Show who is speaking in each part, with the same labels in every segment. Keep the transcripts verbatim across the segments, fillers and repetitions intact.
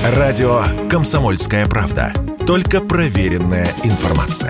Speaker 1: Радио «Комсомольская правда». Только проверенная информация.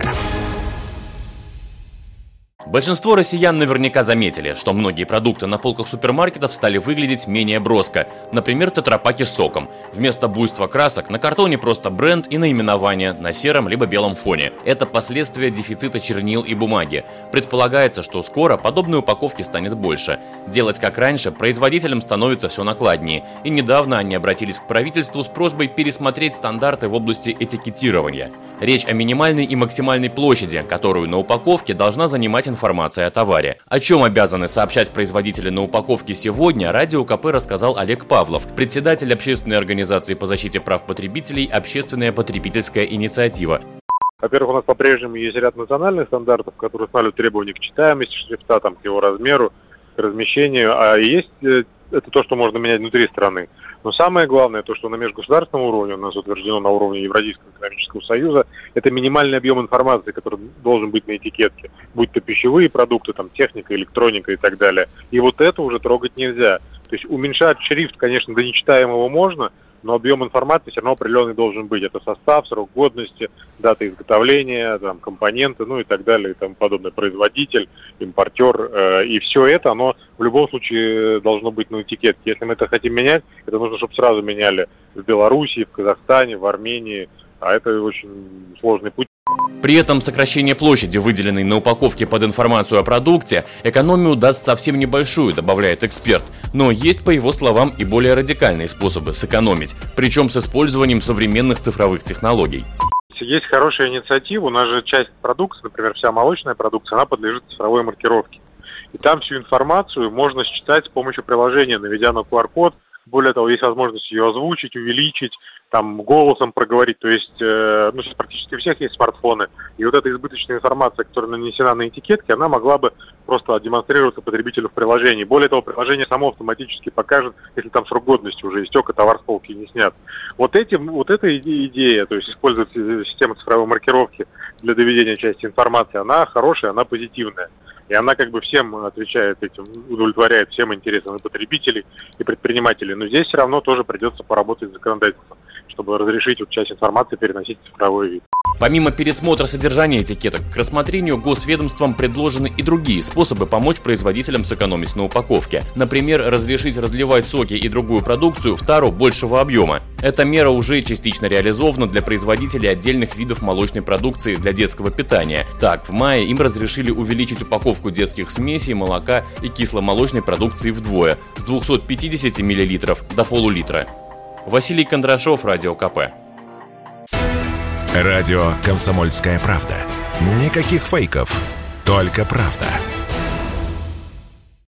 Speaker 2: Большинство россиян наверняка заметили, что многие продукты на полках супермаркетов стали выглядеть менее броско. Например, тетрапаки с соком. Вместо буйства красок на картоне просто бренд и наименование на сером либо белом фоне. Это последствия дефицита чернил и бумаги. Предполагается, что скоро подобной упаковки станет больше. Делать как раньше производителям становится все накладнее. И недавно они обратились к правительству с просьбой пересмотреть стандарты в области этикетирования. Речь о минимальной и максимальной площади, которую на упаковке должна занимать информация. Информация о товаре. О чем обязаны сообщать производители на упаковке сегодня, Радио КП рассказал Олег Павлов, председатель общественной организации по защите прав потребителей «Общественная потребительская инициатива».
Speaker 3: Во-первых, у нас по-прежнему есть ряд национальных стандартов, которые устанавливают требования к читаемости шрифта, там, к его размеру, к размещению, а есть это то, что можно менять внутри страны. Но самое главное, то, что на межгосударственном уровне, у нас утверждено на уровне Евразийского экономического союза, это минимальный объем информации, который должен быть на этикетке, будь то пищевые продукты, там, техника, электроника и так далее. И вот это уже трогать нельзя. То есть уменьшать шрифт, конечно, до нечитаемого можно, но объем информации все равно определенный должен быть. Это состав, срок годности, дата изготовления, там, компоненты, ну и так далее, и тому подобное, производитель, импортер. Э, и все это, оно в любом случае должно быть на этикетке. Если мы это хотим менять, это нужно, чтобы сразу меняли в Беларуси, в Казахстане, в Армении. А это очень сложный путь.
Speaker 2: При этом сокращение площади, выделенной на упаковке под информацию о продукте, экономию даст совсем небольшую, добавляет эксперт. Но есть, по его словам, и более радикальные способы сэкономить, причем с использованием современных цифровых технологий.
Speaker 3: Есть хорошая инициатива, у нас же часть продукции, например, вся молочная продукция, она подлежит цифровой маркировке. И там всю информацию можно считать с помощью приложения, наведя на ку ар код. Более того, есть возможность ее озвучить, увеличить, там, голосом проговорить. То есть, э, ну, сейчас практически у всех есть смартфоны. И вот эта избыточная информация, которая нанесена на этикетке, она могла бы просто демонстрироваться потребителю в приложении. Более того, приложение само автоматически покажет, если там срок годности уже истек, а товар с полки не снят. Вот, эти, вот эта идея, то есть использовать систему цифровой маркировки для доведения части информации, она хорошая, она позитивная. И она как бы всем отвечает этим, удовлетворяет всем интересам и потребителей, и предпринимателей. Но здесь все равно тоже придется поработать с законодательством, чтобы разрешить вот часть информации переносить в цифровой вид.
Speaker 2: Помимо пересмотра содержания этикеток, к рассмотрению госведомством предложены и другие способы помочь производителям сэкономить на упаковке. Например, разрешить разливать соки и другую продукцию в тару большего объема. Эта мера уже частично реализована для производителей отдельных видов молочной продукции для детского питания. Так, в мае им разрешили увеличить упаковку детских смесей, молока и кисломолочной продукции вдвое – с двухсот пятидесяти миллилитров до полулитра. Василий Кондрашов, Радио КП.
Speaker 1: Радио «Комсомольская правда». Никаких фейков, только правда.